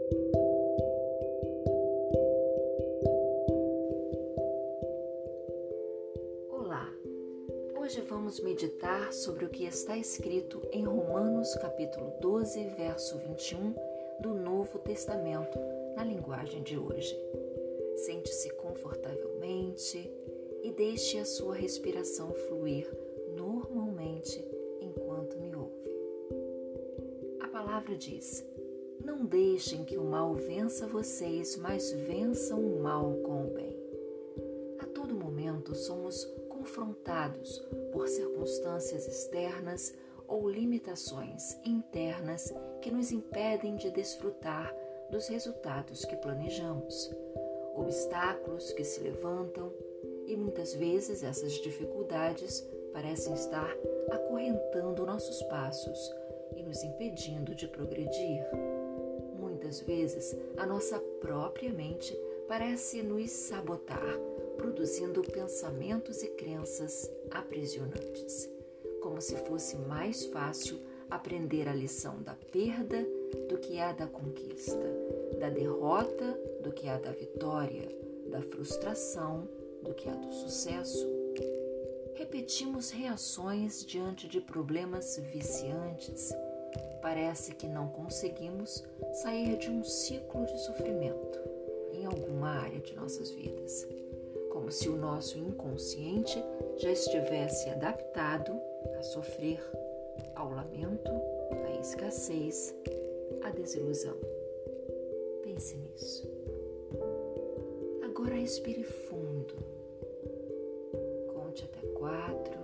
Olá! Hoje vamos meditar sobre o que está escrito em Romanos capítulo 12, verso 21 do Novo Testamento, na linguagem de hoje. Sente-se confortavelmente e deixe a sua respiração fluir normalmente enquanto me ouve. A palavra diz: não deixem que o mal vença vocês, mas vençam o mal com o bem. A todo momento somos confrontados por circunstâncias externas ou limitações internas que nos impedem de desfrutar dos resultados que planejamos, obstáculos que se levantam, e muitas vezes essas dificuldades parecem estar acorrentando nossos passos e nos impedindo de progredir. Muitas vezes a nossa própria mente parece nos sabotar, produzindo pensamentos e crenças aprisionantes, como se fosse mais fácil aprender a lição da perda do que a da conquista, da derrota do que a da vitória, da frustração do que a do sucesso. Repetimos reações diante de problemas viciantes. Parece que não conseguimos sair de um ciclo de sofrimento em alguma área de nossas vidas, como se o nosso inconsciente já estivesse adaptado a sofrer, ao lamento, à escassez, à desilusão. Pense nisso. Agora respire fundo. Conte até 4.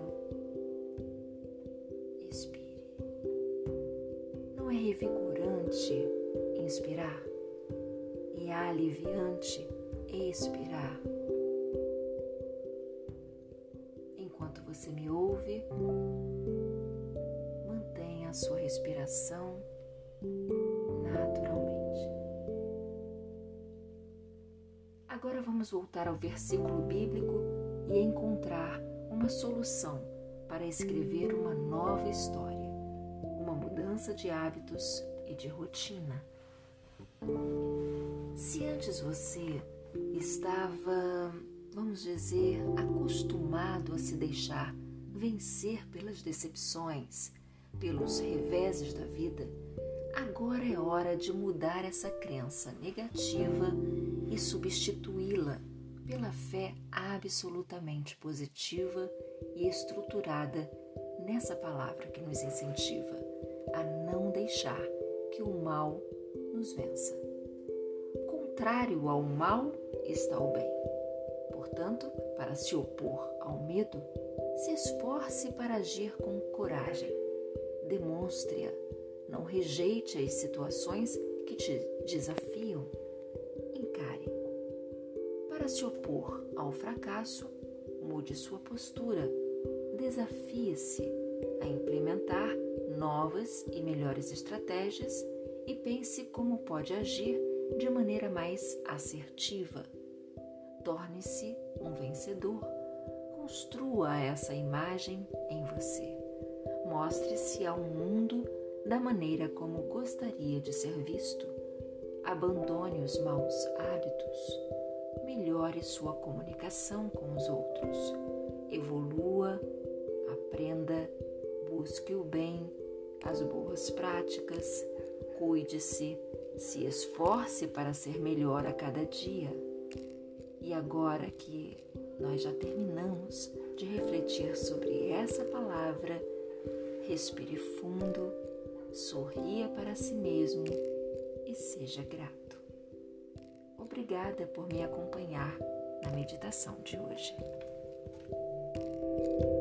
Expire. Não é revigorante inspirar? E é aliviante expirar? Enquanto você me ouve, mantenha a sua respiração naturalmente. Agora vamos voltar ao versículo bíblico e encontrar uma solução para escrever uma nova história, uma mudança de hábitos e de rotina. Se antes você estava, vamos dizer, acostumado a se deixar vencer pelas decepções, pelos reveses da vida, agora é hora de mudar essa crença negativa e substituí-la pela fé absolutamente positiva e estruturada nessa palavra que nos incentiva a não deixar que o mal nos vença. Contrário ao mal está o bem. Portanto, para se opor ao medo, se esforce para agir com coragem. Demonstre-a. Não rejeite as situações que te desafiam. Encare. Para se opor ao fracasso, mude sua postura. Desafie-se a implementar novas e melhores estratégias e pense como pode agir de maneira mais assertiva. Torne-se um vencedor. Construa essa imagem em você. Mostre-se ao mundo da maneira como gostaria de ser visto. Abandone os maus hábitos. Melhore sua comunicação com os outros. Evolua, aprenda, busque o bem, as boas práticas, cuide-se, se esforce para ser melhor a cada dia. E agora que nós já terminamos de refletir sobre essa palavra, respire fundo, sorria para si mesmo e seja grato. Obrigada por me acompanhar na meditação de hoje.